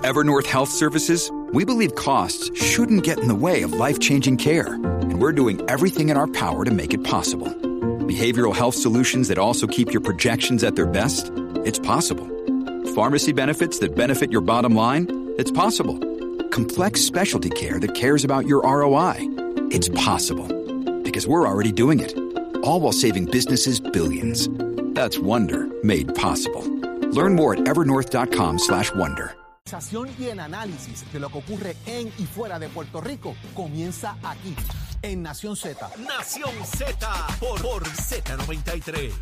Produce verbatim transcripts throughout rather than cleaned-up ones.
Evernorth Health Services, we believe costs shouldn't get in the way of life-changing care, and we're doing everything in our power to make it possible. Behavioral health solutions that also keep your projections at their best? It's possible. Pharmacy benefits that benefit your bottom line? It's possible. Complex specialty care that cares about your R O I? It's possible. Because we're already doing it. All while saving businesses billions. That's Wonder made possible. Learn more at evernorth.com slash wonder. Y el análisis de lo que ocurre en y fuera de Puerto Rico comienza aquí, en Nación Z. Nación Z por, por Z noventa y tres.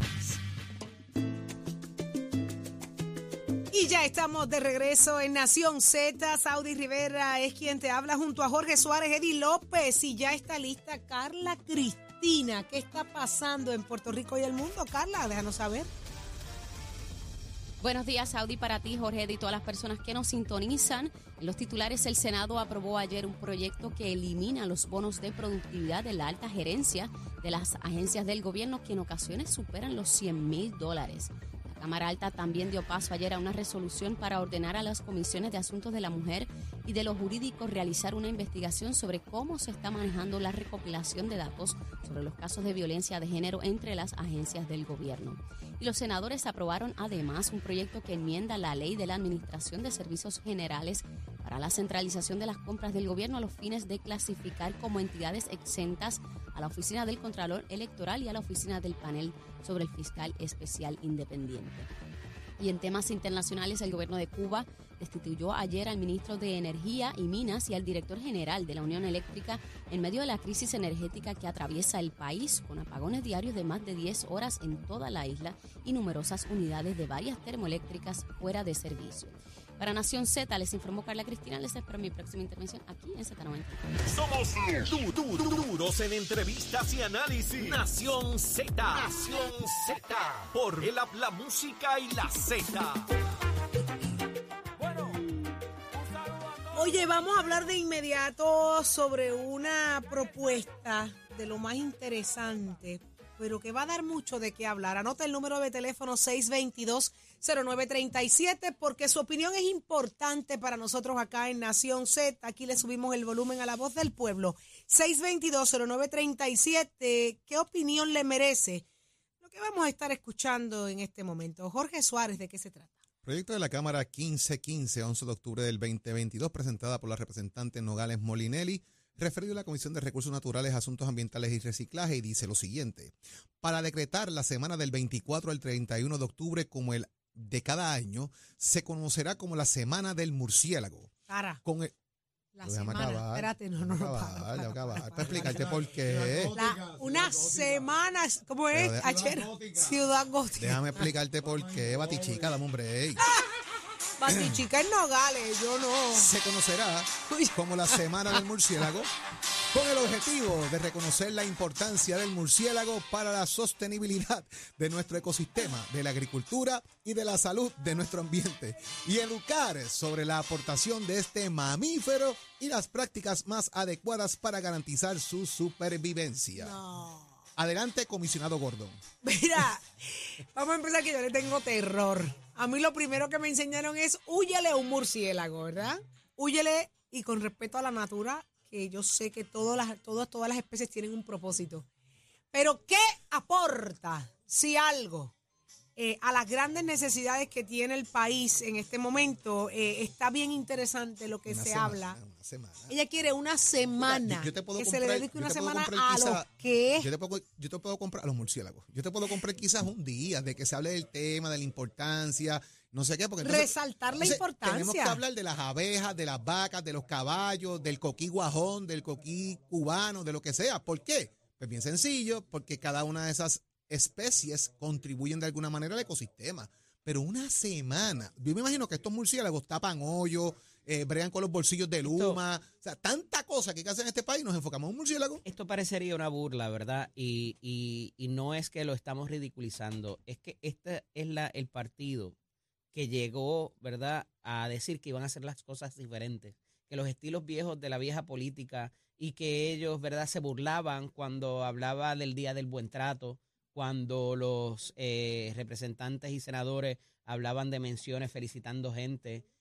Y ya estamos de regreso en Nación Z. Saudi Rivera es quien te habla junto a Jorge Suárez, Eddie López. Y ya está lista Carla Cristina. ¿Qué está pasando en Puerto Rico y el mundo? Carla, déjanos saber. Buenos días, Saudi, para ti, Jorge, y todas las personas que nos sintonizan. En los titulares, el Senado aprobó ayer un proyecto que elimina los bonos de productividad de la alta gerencia de las agencias del gobierno, que en ocasiones superan los cien mil dólares. La Cámara Alta también dio paso ayer a una resolución para ordenar a las comisiones de asuntos de la mujer y de los jurídicos realizar una investigación sobre cómo se está manejando la recopilación de datos sobre los casos de violencia de género entre las agencias del gobierno. Y los senadores aprobaron además un proyecto que enmienda la ley de la Administración de Servicios Generales para la centralización de las compras del gobierno a los fines de clasificar como entidades exentas a la Oficina del Contralor Electoral y a la Oficina del Panel sobre el Fiscal Especial Independiente. Y en temas internacionales, el gobierno de Cuba destituyó ayer al ministro de Energía y Minas y al director general de la Unión Eléctrica en medio de la crisis energética que atraviesa el país, con apagones diarios de más de diez horas en toda la isla y numerosas unidades de varias termoeléctricas fuera de servicio. Para Nación Z, les informó Carla Cristina. Les espero mi próxima intervención aquí en Z noventa. Somos du- du- du- duros en entrevistas y análisis. Nación Z. Nación Z. Por el app, la música y la Z. Oye, vamos a hablar de inmediato sobre una propuesta de lo más interesante, pero que va a dar mucho de qué hablar. Anota el número de teléfono seis dos dos, cero nueve tres siete porque su opinión es importante para nosotros acá en Nación Z. Aquí le subimos el volumen a la voz del pueblo. seis dos dos, cero nueve tres siete, ¿qué opinión le merece lo que vamos a estar escuchando en este momento? Jorge Suárez, ¿de qué se trata? Proyecto de la Cámara quince quince, once de octubre del veinte veintidós, presentada por la representante Nogales Molinelli, referido a la Comisión de Recursos Naturales, Asuntos Ambientales y Reciclaje, y dice lo siguiente: para decretar la semana del veinticuatro al treinta y uno de octubre como el de cada año, se conocerá como la Semana del Murciélago. Para. Con el, La Déjame semana, acabar, espérate, no, no, no, acabar, para, para, acabar, para, para para, explicarte para. por qué. La, una semana, ¿cómo es? Pero de- Ayer, Ciudad Gótica. Déjame explicarte por qué, Batichica, dame un break. Batichica en Nogales, yo no. Se conocerá como la Semana del Murciélago, con el objetivo de reconocer la importancia del murciélago para la sostenibilidad de nuestro ecosistema, de la agricultura y de la salud de nuestro ambiente, y educar sobre la aportación de este mamífero y las prácticas más adecuadas para garantizar su supervivencia. No. Adelante, comisionado Gordon. Mira, vamos a empezar que yo le tengo terror. A mí lo primero que me enseñaron es húyele a un murciélago, ¿verdad? Húyele, y con respeto a la natura, que yo sé que todas las, todas, todas las especies tienen un propósito. Pero ¿qué aporta, si algo, eh, a las grandes necesidades que tiene el país en este momento? Eh, está bien interesante lo que Una se semana, habla. una semana. Ella quiere una semana, Yo- yo te puedo que comprar- se le dedique yo una te puedo semana comprar a quizá- lo que Yo te, puedo, yo te puedo comprar a los murciélagos. Yo te puedo comprar quizás un día de que se hable del tema, de la importancia, no sé qué. Porque entonces- resaltar la entonces importancia. Tenemos que hablar de las abejas, de las vacas, de los caballos, del coquí guajón, del coquí cubano, de lo que sea. ¿Por qué? Pues bien sencillo, porque cada una de esas especies contribuyen de alguna manera al ecosistema. Pero una semana, yo me imagino que estos murciélagos tapan hoyos, eh, bregan con los bolsillos de luma, o sea, tanta cosa que hay que hacer en este país, nos enfocamos en un murciélago. Esto parecería una burla, ¿verdad? Y, y, y no es que lo estamos ridiculizando, es que este es la, el partido que llegó, ¿verdad?, a decir que iban a hacer las cosas diferentes, que los estilos viejos de la vieja política, y que ellos, ¿verdad?, se burlaban cuando hablaba del Día del Buen Trato, cuando los eh, representantes y senadores hablaban de menciones felicitando gente,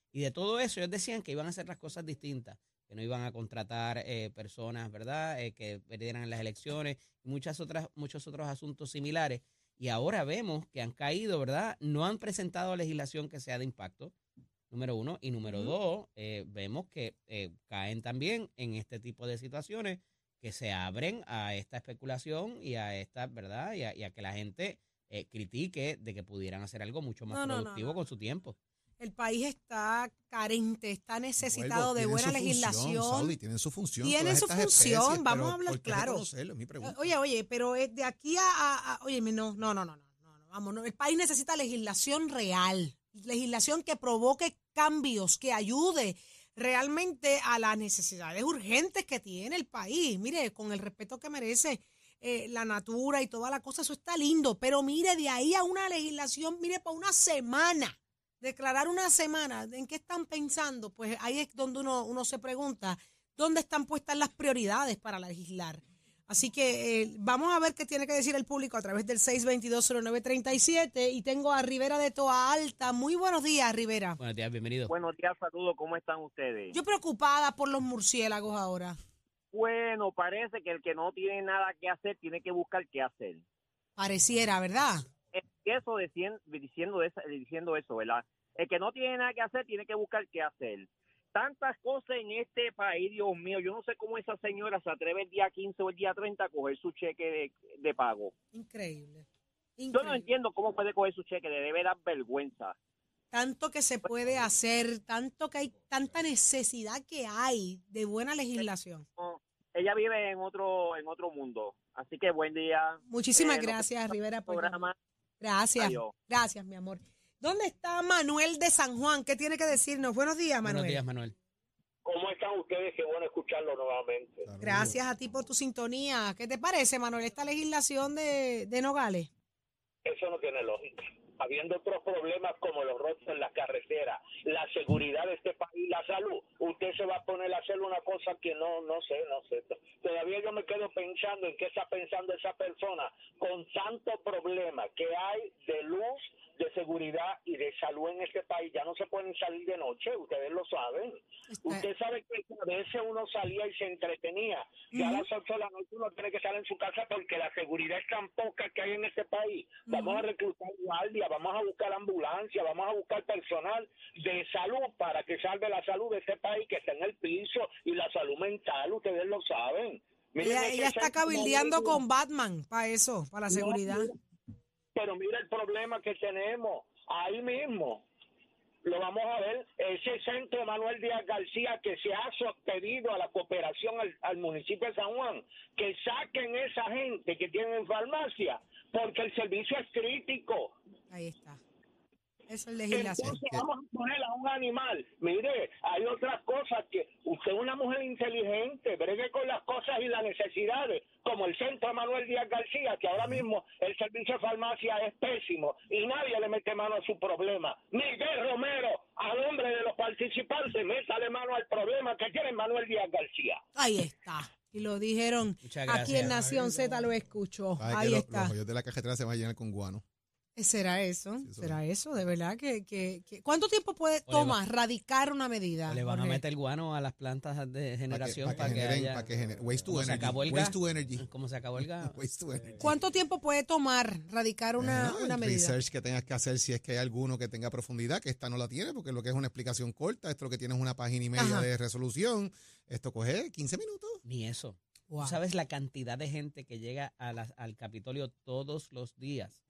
Y de todo eso ellos decían que iban a hacer las cosas distintas, que no iban a contratar eh, personas, ¿verdad?, eh, que perdieran las elecciones y muchas otras, muchos otros asuntos similares. Y ahora vemos que han caído, ¿verdad? No han presentado legislación que sea de impacto, número uno. Y número uh-huh. dos, eh, vemos que eh, caen también en este tipo de situaciones que se abren a esta especulación y a esta, ¿verdad? Y a, y a que la gente eh, critique de que pudieran hacer algo mucho más no, productivo no, no, no. con su tiempo. El país está carente, está necesitado Vuelvo, de buena legislación. Función, Saudi, tienen su función. Tienen su función, especies, vamos a hablar claro. Es mi pregunta. Oye, oye, pero de aquí a, a, a oye, no, no, no, no, no, no, vamos, no, el país necesita legislación real, legislación que provoque cambios, que ayude realmente a las necesidades urgentes que tiene el país. Mire, con el respeto que merece eh, la natura y toda la cosa, eso está lindo, pero mire, de ahí a una legislación, mire, para una semana. Declarar una semana, ¿en qué están pensando? Pues ahí es donde uno, uno se pregunta, ¿dónde están puestas las prioridades para legislar? Así que eh, vamos a ver qué tiene que decir el público a través del seis dos dos, cero nueve tres siete. Y tengo a Rivera de Toa Alta. Muy buenos días, Rivera. Buenos días, bienvenido. Buenos días, saludos, ¿cómo están ustedes? Yo preocupada por los murciélagos ahora. Bueno, parece que el que no tiene nada que hacer tiene que buscar qué hacer. Pareciera, ¿verdad? Eso diciendo, diciendo, eso, diciendo eso, ¿verdad? El que no tiene nada que hacer tiene que buscar qué hacer. Tantas cosas en este país, Dios mío, yo no sé cómo esa señora se atreve el día quince o el día treinta a coger su cheque de, de pago. Increíble. Increíble. Yo no entiendo cómo puede coger su cheque, le debe dar vergüenza. Tanto que se puede hacer, tanto que hay, tanta necesidad que hay de buena legislación. No, ella vive en otro en otro mundo, así que buen día. Muchísimas eh, gracias, Rivera, por programa. Gracias, Adiós. Gracias, mi amor. ¿Dónde está Manuel de San Juan? ¿Qué tiene que decirnos? Buenos días, Manuel. Buenos días, Manuel. ¿Cómo están ustedes? Qué bueno escucharlo nuevamente. Gracias a ti por tu sintonía. ¿Qué te parece, Manuel, esta legislación de, de Nogales? Eso no tiene lógica. Habiendo otros problemas como los rotos en las carreteras, la seguridad de este país, la salud, usted se va a poner a hacer una cosa que no, no sé, no sé. Todavía yo me quedo pensando en qué está pensando esa persona con tantos problemas que hay de luz, de seguridad y de salud en este país. Ya no se pueden salir de noche, ustedes lo saben. Está. Usted sabe que a veces uno salía y se entretenía. Ya uh-huh. a las ocho de la noche uno tiene que estar en su casa porque la seguridad es tan poca que hay en este país. Uh-huh. Vamos a reclutar guardia, vamos a buscar ambulancia, vamos a buscar personal de salud para que salve la salud de este país que está en el piso y la salud mental, ustedes lo saben. Miren, ella, ella está cabildeando con Batman para eso, para la seguridad. No, pero mira el problema que tenemos ahí mismo. Lo vamos a ver, ese centro Manuel Díaz García que se ha pedido a la cooperación al, al municipio de San Juan, que saquen esa gente que tienen farmacia, porque el servicio es crítico. Ahí está. Eso es legislación. Entonces vamos a poner a un animal. Mire, hay otras cosas que usted es una mujer inteligente, bregue con las cosas y las necesidades, como el centro Manuel Díaz García, que ahora mismo el servicio de farmacia es pésimo y nadie le mete mano a su problema. Miguel Romero, a nombre de los participantes, métale mano al problema que tiene Manuel Díaz García. Ahí está. Y lo dijeron aquí en Nación Z, lo escuchó. Ahí está. Los hoyos de la cajetera se van a llenar con guano. ¿Será eso? Sí, eso ¿Será es. eso? De verdad que, que, que... ¿Cuánto tiempo puede tomar radicar una medida? Le van Jorge? a meter guano a las plantas de generación para que, para que, para que generen, para que generen waste to energy. Se acabó el waste to energy. Como se acabó el gas. Waste to energy. ¿Cuánto tiempo puede tomar radicar una, bueno, una el medida? Research que tengas que hacer si es que hay alguno que tenga profundidad, que esta no la tiene, porque lo que es una explicación corta, esto lo que tiene es una página y media Ajá. de resolución. Esto coge quince minutos. Ni eso. Wow. ¿Tú sabes la cantidad de gente que llega a la, al Capitolio todos los días?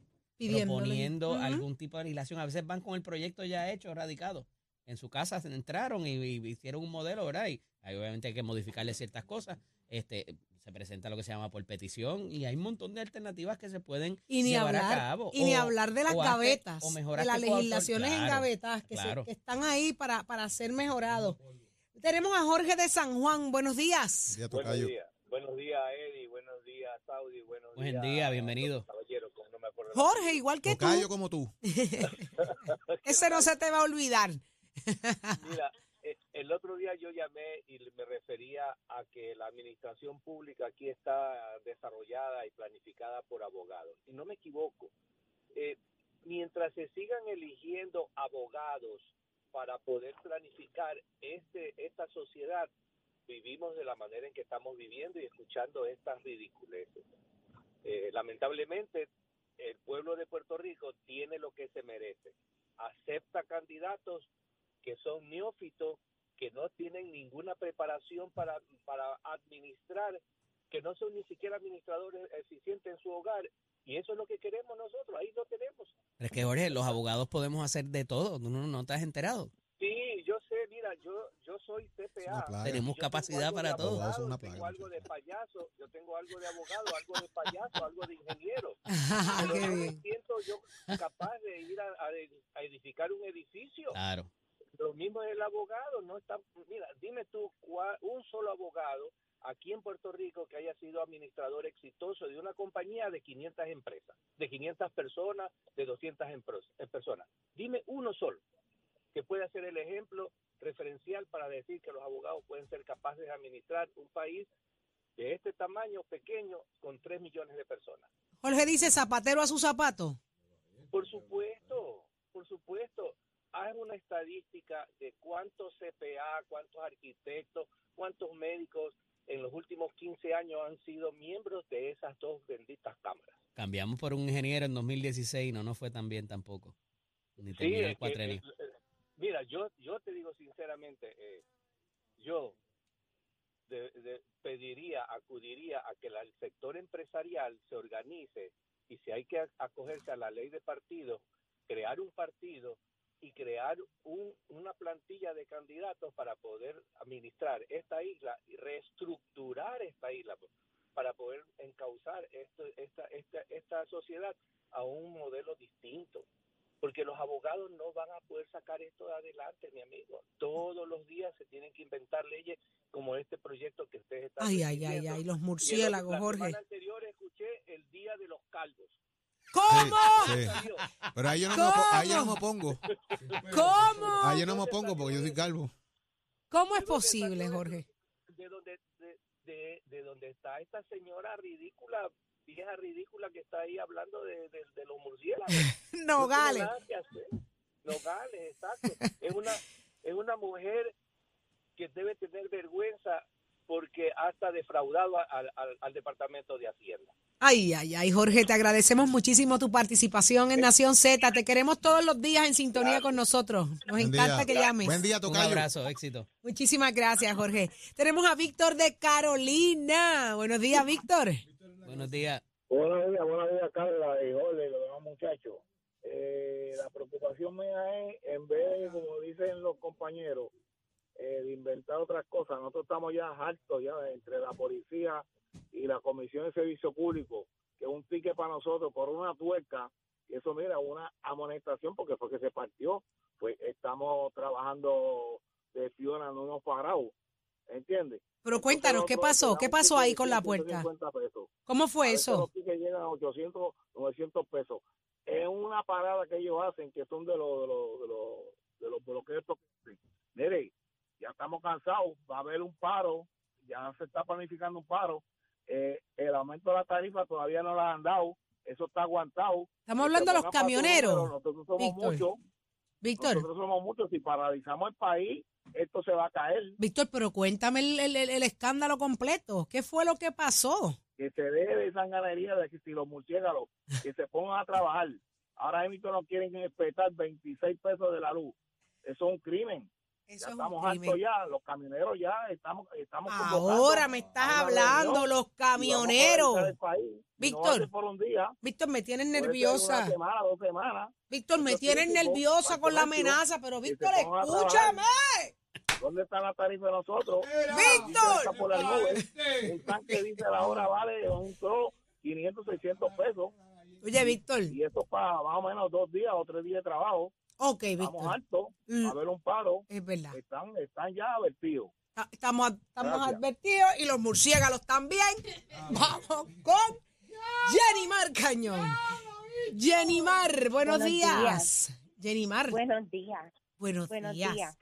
uh-huh. Proponiendo algún tipo de legislación. A veces van con el proyecto ya hecho, radicado. En su casa se entraron y, y hicieron un modelo, ¿verdad? Y ahí obviamente hay que modificarle ciertas cosas. Este, se presenta lo que se llama por petición y hay un montón de alternativas que se pueden y ni llevar hablar, a cabo. Y o, ni hablar de las gavetas, o de las legislaciones claro, en gavetas que, claro. se, que están ahí para, para ser mejorados. Tenemos a Jorge de San Juan. Buenos días. Día, buenos días. Buenos días, Eddie. Buenos días, Saudi. Buenos Buen días. Buen día, bienvenido. Jorge, igual que Tocayo tú. como tú. Ese no se te va a olvidar. Mira, el otro día yo llamé y me refería a que la administración pública aquí está desarrollada y planificada por abogados. Y no me equivoco. Eh, mientras se sigan eligiendo abogados para poder planificar este esta sociedad, vivimos de la manera en que estamos viviendo y escuchando estas ridiculeces. Eh, lamentablemente, el pueblo de Puerto Rico tiene lo que se merece. Acepta candidatos que son neófitos, que no tienen ninguna preparación para, para administrar, que no son ni siquiera administradores eficientes en su hogar, y eso es lo que queremos nosotros, ahí lo tenemos. Pero es que, Jorge, los abogados podemos hacer de todo, ¿no, no, no te has enterado? Sí, yo sé, mira, yo yo soy C P A. Tenemos yo capacidad para todo. Abogado, una tengo algo de payaso, yo tengo algo de abogado, algo de payaso, algo de ingeniero. Pero Qué no me bien. siento yo capaz de ir a, a edificar un edificio. Claro. Lo mismo es el abogado, no está, mira, dime tú, cuál, un solo abogado aquí en Puerto Rico que haya sido administrador exitoso de una compañía de quinientas empresas, de quinientas personas, de doscientas personas. Dime uno solo que pueda ser el ejemplo referencial para decir que los abogados pueden ser capaces de administrar un país de este tamaño pequeño con tres millones de personas. Jorge dice zapatero a su zapato. Por supuesto, por supuesto. Haz una estadística de cuántos C P A, cuántos arquitectos, cuántos médicos en los últimos quince años han sido miembros de esas dos benditas cámaras. Cambiamos por un ingeniero en dos mil dieciséis, no, no fue tan bien tampoco. Ni Sí, terminó el es que, cuatrenio. eh, mira, yo yo te digo sinceramente, eh, yo de, de, pediría, acudiría a que la, el sector empresarial se organice y si hay que acogerse a la ley de partidos, crear un partido y crear un, una plantilla de candidatos para poder administrar esta isla y reestructurar esta isla para poder encauzar esto, esta, esta, esta sociedad a un modelo distinto. Porque los abogados no van a poder sacar esto adelante, mi amigo. Todos los días se tienen que inventar leyes como este proyecto que ustedes están Ay, ay, ay, ay, los murciélagos, Jorge. La semana anterior escuché el Día de los Calvos. ¿Cómo? Sí, sí. Pero ahí yo no, me, ¿Cómo? opo- ahí yo no me opongo. ¿Cómo? Ahí yo no me opongo porque yo soy calvo. ¿Cómo es posible, Jorge? De donde, de, de, de donde está esta señora ridícula, vieja ridícula que está ahí hablando de, de, de los murciélagos. Nogales. No tiene nada que hacer. Nogales, exacto. Es una, es una mujer que debe tener vergüenza porque hasta defraudado al, al, al Departamento de Hacienda. Ay, ay, ay, Jorge, te agradecemos muchísimo tu participación en Nación Z. Te queremos todos los días en sintonía con nosotros. Nos Buen encanta día. que llames. Buen día, Un tocayo. abrazo, éxito. Muchísimas gracias, Jorge. Tenemos a Víctor de Carolina. Buenos días, Víctor. Buenos días. Buenos días, buenos días, Carla y Jorge y los demás muchachos. Eh, la preocupación mía es, en vez de, como dicen los compañeros, eh, de inventar otras cosas, nosotros estamos ya hartos ya entre la policía y la Comisión de Servicio Público, que es un ticket para nosotros por una tuerca, y eso mira, una amonestación porque fue que se partió, pues estamos trabajando de Fiona, no hemos parado, ¿entiendes? Pero cuéntanos, ¿qué pasó? ¿Qué pasó ahí con la puerta? ¿Cómo fue eso? Los tickets llegan a ochocientos, novecientos pesos. Es una parada que ellos hacen, que son de los de los, de los, de los bloqueos. Mire, ya estamos cansados, va a haber un paro, ya se está planificando un paro. Eh, el aumento de la tarifa todavía no la han dado, eso está aguantado. Estamos hablando de los camioneros. Nosotros somos Víctor. muchos. Víctor. Nosotros somos muchos. Si paralizamos el país, esto se va a caer. Víctor, pero cuéntame el, el, el escándalo completo. ¿Qué fue lo que pasó? Que se deje de sanganería de que si los murciélagos que se pongan a trabajar. Ahora mismo no quieren respetar veintiséis pesos de la luz. Eso es un crimen. Eso Ya es estamos un crimen. hartos ya, los camioneros ya estamos estamos Ahora me estás hablando, los camioneros. Víctor, por un día, Víctor, me tienes puede ser nerviosa. Una semana, dos semanas. Víctor, me Eso tienes sí, tipo, nerviosa con la comercio, amenaza, pero y se Víctor, pongan a escúchame. ¿Dónde está la tarifa de nosotros? Víctor. Está por las nubes. Un tanque dice la hora vale un solo quinientos, seiscientos pesos. Oye, Víctor. Y esto para más o menos dos días o tres días de trabajo. Ok, Estamos Víctor. hartos, Mm. va a haber un paro. Es verdad. Están, están ya advertidos. Ta- Estamos, estamos Gracias. advertidos y los murciélagos también. Vamos con Jenny Mar Cañón. Jenny Mar, buenos, Buenos días. días. Jenny Mar. Buenos días. Buenos, Buenos días. días.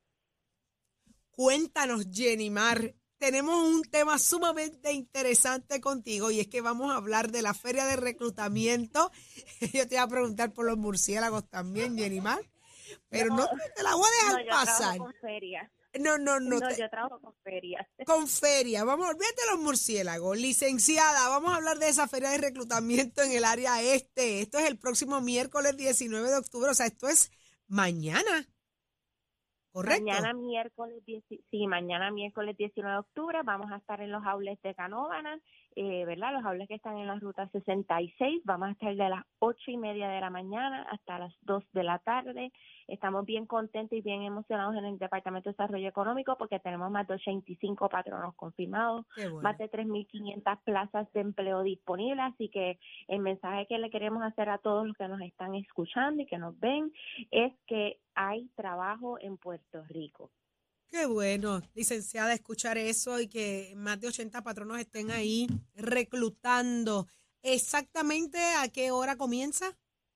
Cuéntanos, Jenny Mar. Tenemos un tema sumamente interesante contigo y es que vamos a hablar de la feria de reclutamiento. Yo te iba a preguntar por los murciélagos también, Jenny Mar. pero no, No, te la voy a No, dejar yo pasar. trabajo con ferias. No, no, no. No, te- yo trabajo con ferias. Con feria, vamos, olvídate los murciélagos. Licenciada, vamos a hablar de esa feria de reclutamiento en el área este. Esto es el próximo miércoles diecinueve de octubre, o sea, esto es mañana. ¿Correcto? Mañana miércoles, diez sí, mañana miércoles diecinueve de octubre vamos a estar en los outlets de Canóvanas, eh, ¿verdad? Los outlets que están en la ruta sesenta y seis, vamos a estar de las ocho y media de la mañana hasta las dos de la tarde. Estamos bien contentos y bien emocionados en el Departamento de Desarrollo Económico porque tenemos más de ochenta y cinco patronos confirmados, Qué bueno. más de tres mil quinientas plazas de empleo disponibles, así que el mensaje que le queremos hacer a todos los que nos están escuchando y que nos ven es que hay trabajo en Puerto Rico. Qué bueno, licenciada, escuchar eso y que más de ochenta patronos estén ahí reclutando. ¿Exactamente a qué hora comienza?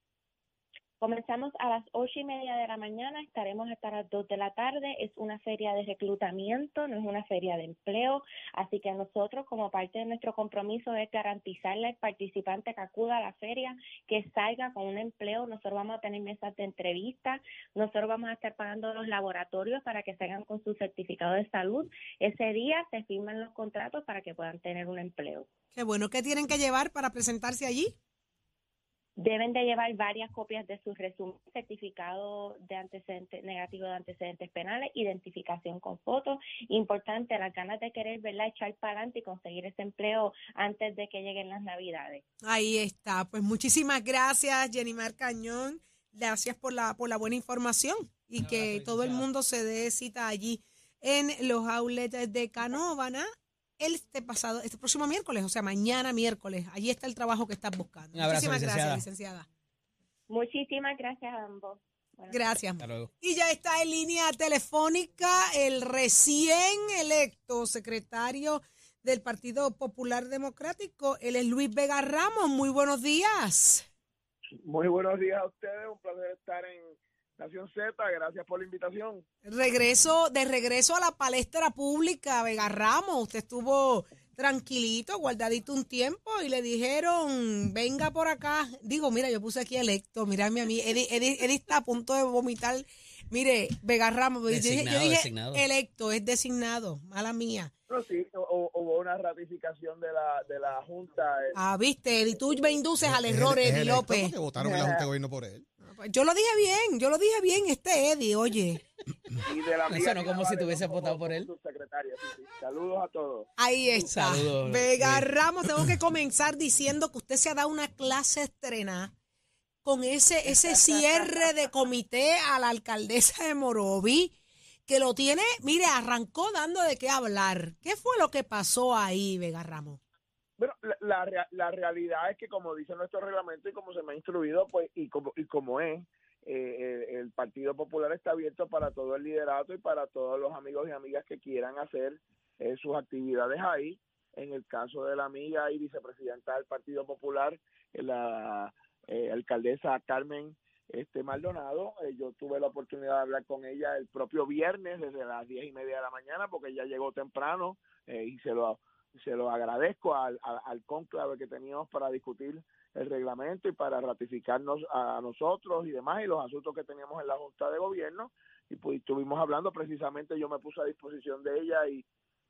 Comenzamos a las ocho y media de la mañana, estaremos hasta las dos de la tarde. Es una feria de reclutamiento, no es una feria de empleo, así que nosotros, como parte de nuestro compromiso, es garantizarle al participante que acuda a la feria que salga con un empleo. Nosotros vamos a tener mesas de entrevista, nosotros vamos a estar pagando los laboratorios para que salgan con su certificado de salud. Ese día se firman los contratos para que puedan tener un empleo. Qué bueno, ¿qué tienen que llevar para presentarse allí? Deben de llevar varias copias de su resumen, certificado de antecedentes negativo de antecedentes penales, identificación con fotos. Importante, las ganas de querer, ¿verdad?, echar para adelante y conseguir ese empleo antes de que lleguen las Navidades. Ahí está. Pues muchísimas gracias, Jenimar Cañón. Gracias por la por la buena información y Un que abrazo, todo el licenciada. mundo se dé cita allí en los outlets de Canóvana este pasado, este próximo miércoles, o sea, mañana miércoles. Allí está el trabajo que estás buscando. Un abrazo, Muchísimas licenciada. gracias, licenciada. Muchísimas gracias a ambos. Buenas Gracias. Hasta luego. Y ya está en línea telefónica el recién electo secretario del Partido Popular Democrático. Él es Luis Vega Ramos. Muy buenos días. Muy buenos días a ustedes, un placer estar en Nación Z, gracias por la invitación. Regreso, de regreso a la palestra pública, Vega Ramos. Usted estuvo tranquilito, guardadito un tiempo y le dijeron, venga por acá. Digo, mira, yo puse aquí electo, mírame a mí. Eddie, Eddie, Eddie está a punto de vomitar. Mire, Vega Ramos, yo dije, Designado, yo dije designado. electo, es designado, mala mía. No, sí, hu- hubo una ratificación de la de la Junta. eh, Ah, viste, Eddie, tú me induces al Es- error, es Eddie electo López. porque votaron en la Junta de Gobierno por él. Yo lo dije bien, yo lo dije bien, este Eddie, oye. y de la Eso amiga no que como estaba si te de- hubieses como- votado por como él. subsecretaria, sí, sí. Saludos a todos. Ahí está. Saludos, Vega Luis. Ramos, tengo que comenzar diciendo que usted se ha dado una clase estrenada con ese, ese cierre de comité a la alcaldesa de Moroví, que lo tiene, mire, arrancó dando de qué hablar. ¿Qué fue lo que pasó ahí, Vega Ramos? Bueno, la, la, rea- la realidad es que como dice nuestro reglamento y como se me ha instruido, pues y como y como es, eh, el, el Partido Popular está abierto para todo el liderato y para todos los amigos y amigas que quieran hacer eh, sus actividades ahí. En el caso de la amiga y vicepresidenta del Partido Popular, eh, la eh, alcaldesa Carmen este Maldonado, eh, yo tuve la oportunidad de hablar con ella el propio viernes desde las diez y media de la mañana porque ella llegó temprano eh, y se lo se lo agradezco al, al, al cónclave que teníamos para discutir el reglamento y para ratificarnos a nosotros y demás y los asuntos que teníamos en la Junta de Gobierno y pues estuvimos hablando precisamente, yo me puse a disposición de ella y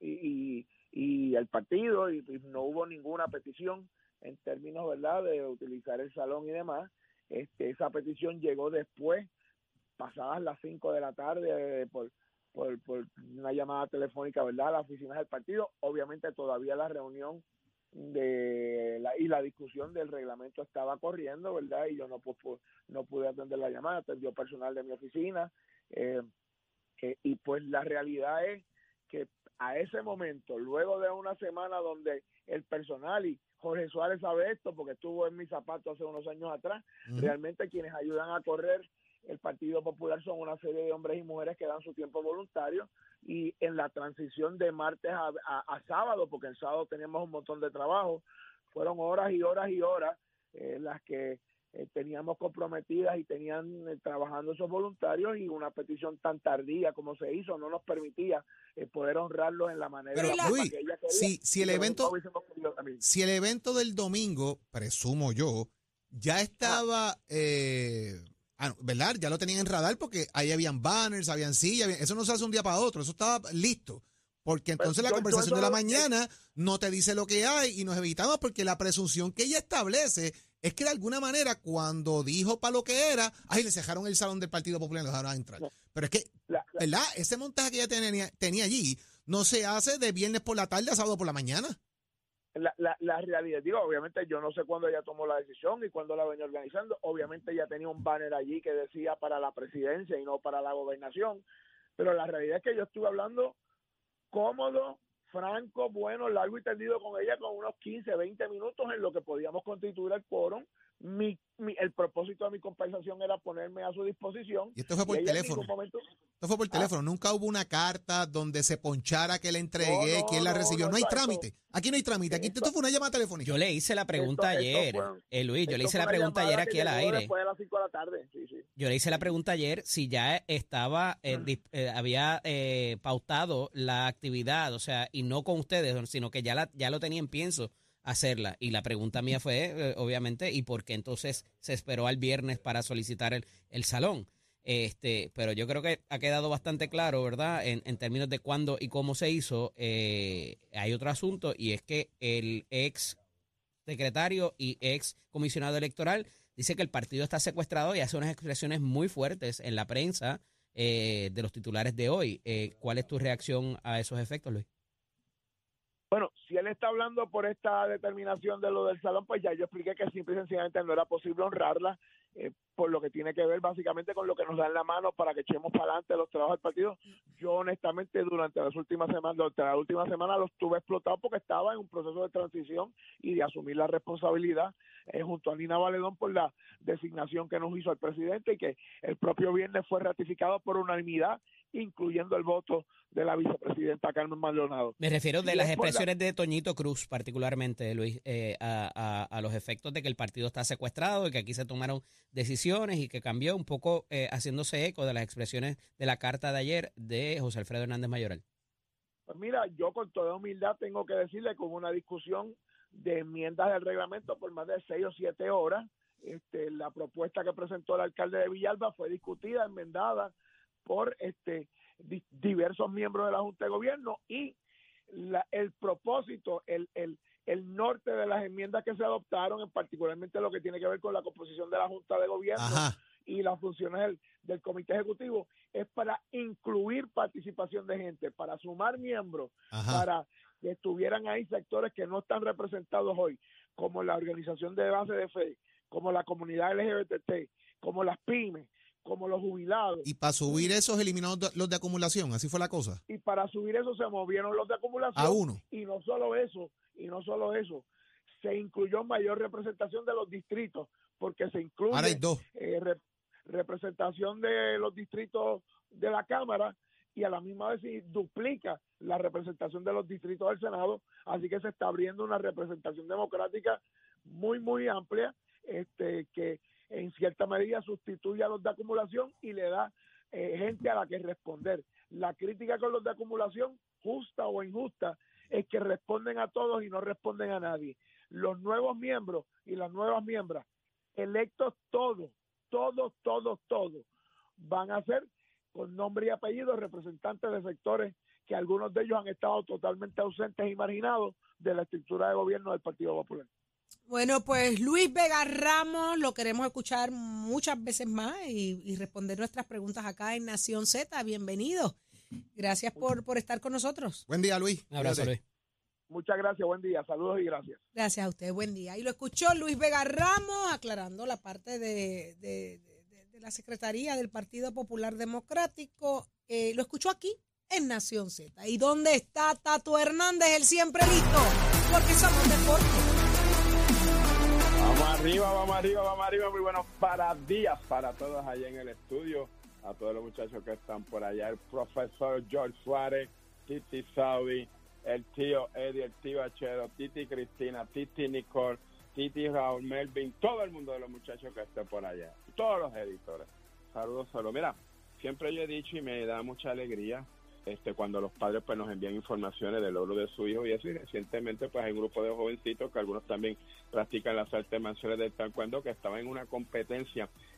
y, y, y el partido y, y no hubo ninguna petición en términos, ¿verdad?, de utilizar el salón y demás. Este, esa petición llegó después, pasadas las cinco de la tarde, eh, por, por, por una llamada telefónica, ¿verdad?, a las oficinas del partido. Obviamente todavía la reunión de la, y la discusión del reglamento estaba corriendo, ¿verdad?, y yo no, pues, pues, no pude atender la llamada, atendió personal de mi oficina, eh, eh, y pues la realidad es que a ese momento, luego de una semana donde el personal, y Jorge Suárez sabe esto porque estuvo en mis zapatos hace unos años atrás, Ujú. realmente quienes ayudan a correr el Partido Popular son una serie de hombres y mujeres que dan su tiempo voluntario y en la transición de martes a, a, a sábado, porque el sábado teníamos un montón de trabajo, fueron horas y horas y horas eh, las que eh, teníamos comprometidas y tenían eh, trabajando esos voluntarios y una petición tan tardía como se hizo no nos permitía eh, poder honrarlos en la manera Pero, en la forma Luis, que ella quería si, si y el que evento, nosotros hubiésemos querido también. si el evento del domingo, presumo yo, ya estaba eh, Ah, no, ¿verdad? Ya lo tenían en radar porque ahí habían banners, habían sillas, había- eso no se hace un día para otro, eso estaba listo. Porque entonces Pues, la yo- conversación yo de la eso- mañana no te dice lo que hay y nos evitamos porque la presunción que ella establece es que de alguna manera cuando dijo para lo que era, ay, le cerraron el salón del Partido Popular y lo dejaron entrar. Pero es que, La- la- ¿verdad? Ese montaje que ella tenía, tenía allí no se hace de viernes por la tarde a sábado por la mañana. La, la, la realidad, digo, obviamente yo no sé cuándo ella tomó la decisión y cuándo la venía organizando. Obviamente ella tenía un banner allí que decía para la presidencia y no para la gobernación. Pero la realidad es que yo estuve hablando cómodo, franco, bueno, largo y tendido con ella con unos quince, veinte minutos en lo que podíamos constituir el quórum. Mi, mi, el propósito de mi conversación era ponerme a su disposición. Y esto fue por y ella en teléfono. ningún momento- Esto fue por Ah. teléfono. Nunca hubo una carta donde se ponchara que le entregué, No, no, quién la no, recibió. no, No hay eso- trámite. Aquí no hay trámite. Aquí esto- esto fue una llamada telefónica. Yo le hice la pregunta Esto- esto ayer, fue- eh, Luis, yo le esto hice fue la una pregunta llamada ayer que aquí al llegó aire. Después de las cinco de la tarde, sí, sí. Yo le hice la pregunta ayer si ya estaba, eh, dis- eh, había eh, pautado la actividad, o sea, y no con ustedes, sino que ya, la, ya lo tenía en pienso hacerla. Y la pregunta mía fue, eh, obviamente, ¿y por qué entonces se esperó al viernes para solicitar el, el salón? Este, pero yo creo que ha quedado bastante claro, ¿verdad? En, en términos de cuándo y cómo se hizo. Eh, hay otro asunto y es que el ex secretario y ex comisionado electoral dice que el partido está secuestrado y hace unas expresiones muy fuertes en la prensa eh, de los titulares de hoy. Eh, ¿Cuál es tu reacción a esos efectos, Luis? Bueno, si él está hablando por esta determinación de lo del salón, pues ya yo expliqué que simple y sencillamente no era posible honrarla, eh, por lo que tiene que ver básicamente con lo que nos da en la mano para que echemos para adelante los trabajos del partido. Yo honestamente durante las últimas semanas, durante la última semana los tuve explotados porque estaba en un proceso de transición y de asumir la responsabilidad eh, junto a Nina Valedón por la designación que nos hizo el presidente y que el propio viernes fue ratificado por unanimidad, incluyendo el voto de la vicepresidenta Carmen Maldonado. Me refiero de Sí, las es por la- expresiones de Toñito Cruz, particularmente, Luis, eh, a, a- a los efectos de que el partido está secuestrado y que aquí se tomaron decisiones y que cambió un poco, eh, haciéndose eco de las expresiones de la carta de ayer de José Alfredo Hernández Mayoral. Pues mira, yo con toda humildad tengo que decirle que hubo una discusión de enmiendas del reglamento por más de seis o siete horas. Este, la propuesta que presentó el alcalde de Villalba fue discutida, enmendada por este di- diversos miembros de la Junta de Gobierno y la- el propósito, el, el, el norte de las enmiendas que se adoptaron, en particularmente lo que tiene que ver con la composición de la Junta de Gobierno Ajá. y las funciones del, del Comité Ejecutivo, es para incluir participación de gente, para sumar miembros, Ajá. para que estuvieran ahí sectores que no están representados hoy, como la organización de base de fe, como la comunidad L G B T T, como las pymes, como los jubilados. Y para subir esos eliminados de- los de acumulación, así fue la cosa. Y para subir eso se movieron los de acumulación. A uno. Y no solo eso, y no solo eso, se incluyó mayor representación de los distritos, porque se incluye Ahora hay dos. eh, re- representación de los distritos de la Cámara y a la misma vez se duplica la representación de los distritos del Senado, así que se está abriendo una representación democrática muy, muy amplia, este que en cierta medida sustituye a los de acumulación y le da eh, gente a la que responder. La crítica con los de acumulación, justa o injusta, es que responden a todos y no responden a nadie. Los nuevos miembros y las nuevas miembros, electos todos, todos, todos, todos, van a ser con nombre y apellido representantes de sectores que algunos de ellos han estado totalmente ausentes y marginados de la estructura de gobierno del Partido Popular. Bueno, pues Luis Vega Ramos lo queremos escuchar muchas veces más y, y responder nuestras preguntas acá en Nación Z. Bienvenido. Gracias por, por estar con nosotros. Buen día, Luis. Un abrazo, Cuídate. Luis. Muchas gracias, buen día, saludos y gracias. Gracias a usted, buen día. Y lo escuchó Luis Vega Ramos aclarando la parte de, de, de, de la Secretaría del Partido Popular Democrático. Eh, lo escuchó aquí en Nación Z. ¿Y dónde está Tato Hernández, el siempre listo? Porque somos deporte. Vamos arriba, vamos arriba, vamos arriba. Muy buenos para días para todos allá en el estudio. A todos los muchachos que están por allá. El profesor George Suárez, Titi Saudi, el tío Eddie, el tío Achero, Titi Cristina, Titi Nicole, Titi Raúl, Melvin, todo el mundo de los muchachos que estén por allá. Todos los editores. Saludos solo. Mira, siempre yo he dicho y me da mucha alegría este cuando los padres pues nos envían informaciones del logro de su hijo y eso, y recientemente pues hay un grupo de jovencitos que algunos también practican las artes marciales del taekwondo que estaban en una competencia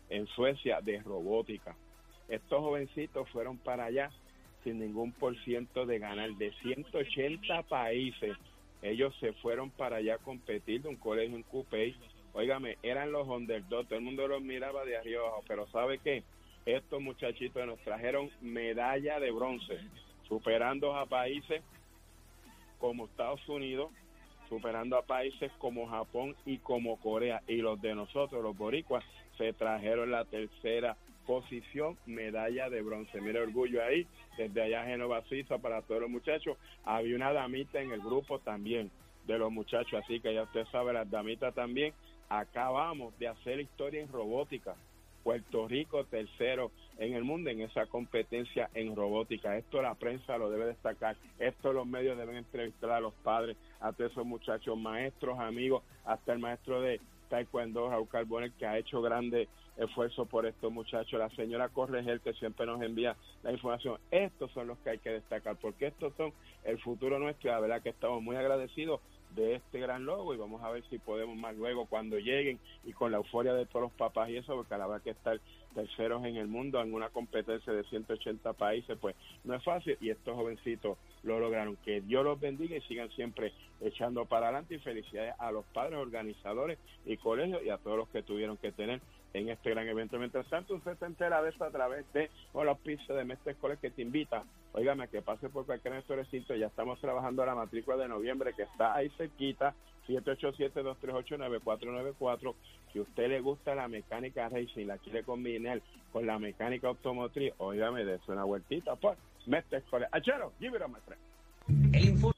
en Suecia de robótica. Estos jovencitos fueron para allá sin ningún por ciento de ganar, de ciento ochenta países. Ellos se fueron para allá a competir de un colegio en Coupey. Óigame, eran los underdogs, todo el mundo los miraba de arriba abajo, pero ¿sabe qué? Estos muchachitos nos trajeron medalla de bronce, superando a países como Estados Unidos, superando a países como Japón y como Corea. Y los de nosotros, los boricuas, se trajeron la tercera posición, medalla de bronce. Mira, orgullo ahí, desde allá Génova, Suiza, para todos los muchachos. Había una damita en el grupo también de los muchachos, así que ya usted sabe, las damitas también. Acabamos de hacer historia en robótica. Puerto Rico tercero en el mundo en esa competencia en robótica. Esto la prensa lo debe destacar, esto los medios deben entrevistar a los padres, a todos esos muchachos, maestros, amigos, hasta el maestro de Taekwondo, Raúl Carbone, que ha hecho grandes esfuerzos por estos muchachos, la señora Corregel, que siempre nos envía la información. Estos son los que hay que destacar, porque estos son el futuro nuestro, y la verdad que estamos muy agradecidos de este gran logro, y vamos a ver si podemos más luego cuando lleguen y con la euforia de todos los papás y eso, porque a la verdad que estar terceros en el mundo en una competencia de ciento ochenta países, pues no es fácil, y estos jovencitos lo lograron. Que Dios los bendiga y sigan siempre echando para adelante, y felicidades a los padres, organizadores y colegios y a todos los que tuvieron que tener en este gran evento. Mientras tanto, usted se entera de esto a través de o los pisos de Mestre Escoles, que te invita, óigame, a que pase por cualquier de estos recintos. Ya estamos trabajando la matrícula de noviembre, que está ahí cerquita, siete ocho siete, dos tres ocho, nueve cuatro nueve cuatro. Si a usted le gusta la mecánica racing, la quiere combinar con la mecánica automotriz, óigame, de una vueltita por Mestre Escoles. Achero, give it a Mestre. El informe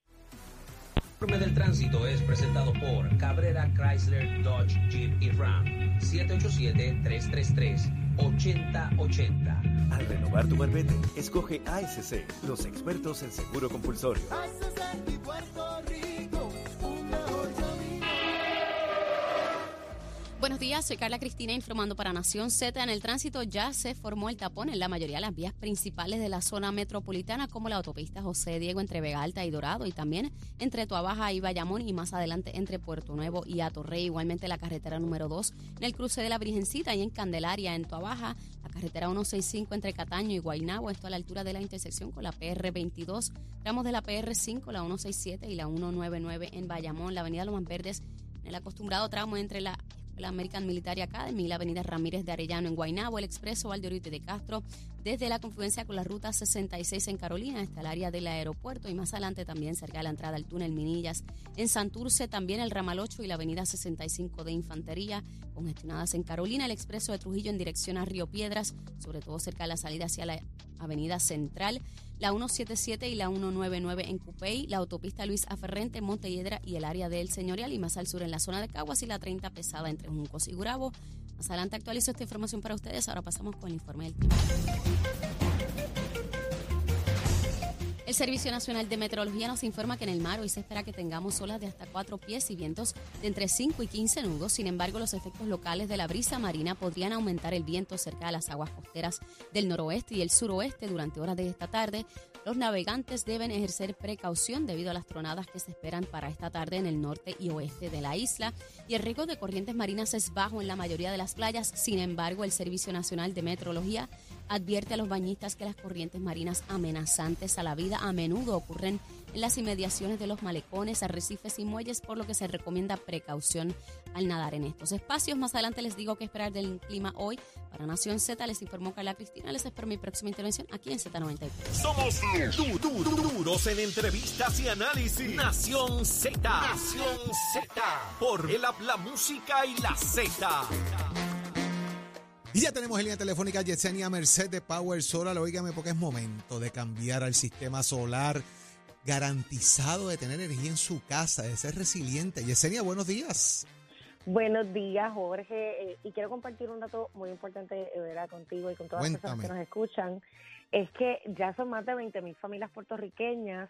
del tránsito es presentado por Cabrera Chrysler Dodge Jeep y Ram. siete ocho siete, tres tres tres, ocho cero ocho cero. Al renovar tu marbete, escoge A S C, los expertos en seguro compulsorio. Buenos días, soy Carla Cristina informando para Nación Z. En el tránsito ya se formó el tapón en la mayoría de las vías principales de la zona metropolitana, como la autopista José Diego entre Vega Alta y Dorado, y también entre Tuabaja y Bayamón, y más adelante entre Puerto Nuevo y Atorrey. Igualmente la carretera número dos en el cruce de la Virgencita y en Candelaria en Tuabaja, la carretera ciento sesenta y cinco entre Cataño y Guaynabo, esto a la altura de la intersección con la P R veintidós, tramos de la P R cinco, la ciento sesenta y siete y la ciento noventa y nueve en Bayamón, la avenida Lomas Verdes en el acostumbrado tramo entre la la American Military Academy, la avenida Ramírez de Arellano en Guaynabo, el expreso Valdeorite de Castro, desde la confluencia con la ruta sesenta y seis en Carolina hasta el área del aeropuerto, y más adelante también cerca de la entrada al túnel Minillas. En Santurce también el ramal ocho y la avenida sesenta y cinco de Infantería, congestionadas en Carolina, el expreso de Trujillo en dirección a Río Piedras, sobre todo cerca de la salida hacia la avenida Central, la ciento setenta y siete y la ciento noventa y nueve en Cupey, la autopista Luis Aferrente en Montelledra y el área del Señorial, y más al sur en la zona de Caguas, y la treinta pesada entre Juncos y Gurabo. Más adelante actualizo esta información para ustedes. Ahora pasamos con el informe del tiempo. El Servicio Nacional de Meteorología nos informa que en el mar hoy se espera que tengamos olas de hasta cuatro pies y vientos de entre cinco y quince nudos. Sin embargo, los efectos locales de la brisa marina podrían aumentar el viento cerca de las aguas costeras del noroeste y el suroeste durante horas de esta tarde. Los navegantes deben ejercer precaución debido a las tronadas que se esperan para esta tarde en el norte y oeste de la isla, y el riesgo de corrientes marinas es bajo en la mayoría de las playas. Sin embargo, el Servicio Nacional de Meteorología advierte a los bañistas que las corrientes marinas amenazantes a la vida a menudo ocurren en las inmediaciones de los malecones, arrecifes y muelles, por lo que se recomienda precaución al nadar en estos espacios. Más adelante les digo qué esperar del clima hoy. Para Nación Z les informó Carla Cristina. Les espero mi próxima intervención aquí en Z noventa y tres. Somos du- du- du- duros en entrevistas y análisis. Nación Z. Nación Z. Por el app, la música y la Z. Y ya tenemos en línea telefónica a Yesenia Merced de Power Solar. Óigame, porque es momento de cambiar al sistema solar garantizado, de tener energía en su casa, de ser resiliente. Yesenia, buenos días. Buenos días, Jorge. Eh, y quiero compartir un dato muy importante, eh, ¿verdad? Contigo y con todas las personas que nos escuchan. Es que ya son más de veinte mil familias puertorriqueñas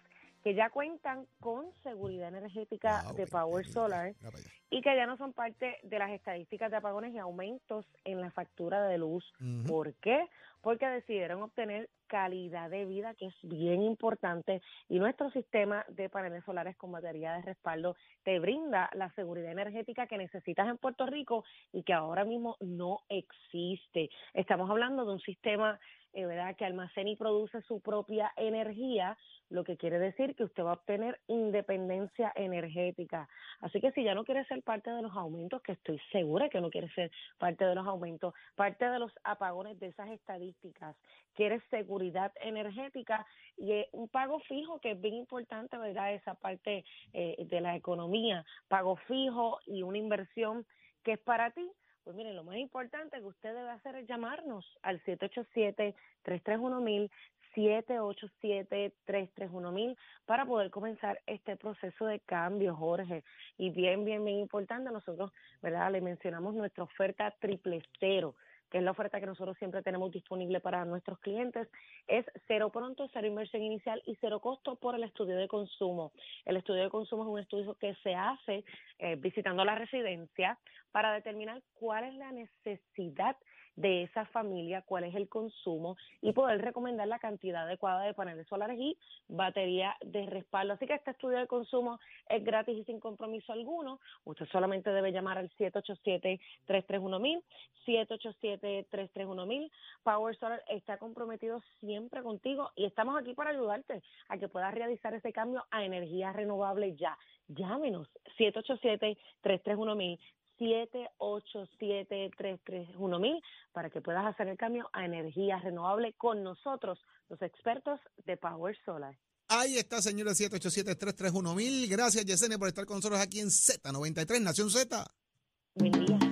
que ya cuentan con seguridad energética Wow, de Power increíble. Solar Mira para allá. y que ya no son parte de las estadísticas de apagones y aumentos en la factura de luz. Ujú. ¿Por qué? Porque decidieron obtener calidad de vida, que es bien importante, y nuestro sistema de paneles solares con batería de respaldo te brinda la seguridad energética que necesitas en Puerto Rico y que ahora mismo no existe. Estamos hablando de un sistema eh, ¿verdad? que almacena y produce su propia energía, lo que quiere decir que usted va a obtener independencia energética. Así que si ya no quiere ser parte de los aumentos, que estoy segura que no quiere ser parte de los aumentos, parte de los apagones de esas estadísticas, quiere seguridad energética y eh, un pago fijo, que es bien importante, ¿verdad? Esa parte eh, de la economía, pago fijo y una inversión que es para ti. Pues miren, lo más importante que usted debe hacer es llamarnos al siete ocho siete, tres tres uno, mil, siete ocho siete, tres tres uno, mil para poder comenzar este proceso de cambio, Jorge. Y bien, bien, bien importante, nosotros, ¿verdad? Le mencionamos nuestra oferta triple cero, que es la oferta que nosotros siempre tenemos disponible para nuestros clientes. Es cero pronto, cero inversión inicial y cero costo por el estudio de consumo. El estudio de consumo es un estudio que se hace eh, visitando la residencia para determinar cuál es la necesidad de esa familia, cuál es el consumo y poder recomendar la cantidad adecuada de paneles solares y batería de respaldo. Así que este estudio de consumo es gratis y sin compromiso alguno. Usted solamente debe llamar al siete ocho siete, tres tres uno, mil, siete ocho siete, tres tres uno, mil. Power Solar está comprometido siempre contigo y estamos aquí para ayudarte a que puedas realizar ese cambio a energía renovable ya. Llámenos siete ocho siete, tres tres uno, mil. siete ocho siete, tres tres uno, mil para que puedas hacer el cambio a energía renovable con nosotros, los expertos de Power Solar. Ahí está, señores, siete ocho siete, tres tres uno, mil. Gracias, Yesenia, por estar con nosotros aquí en Z noventa y tres, Nación Z. Buen día.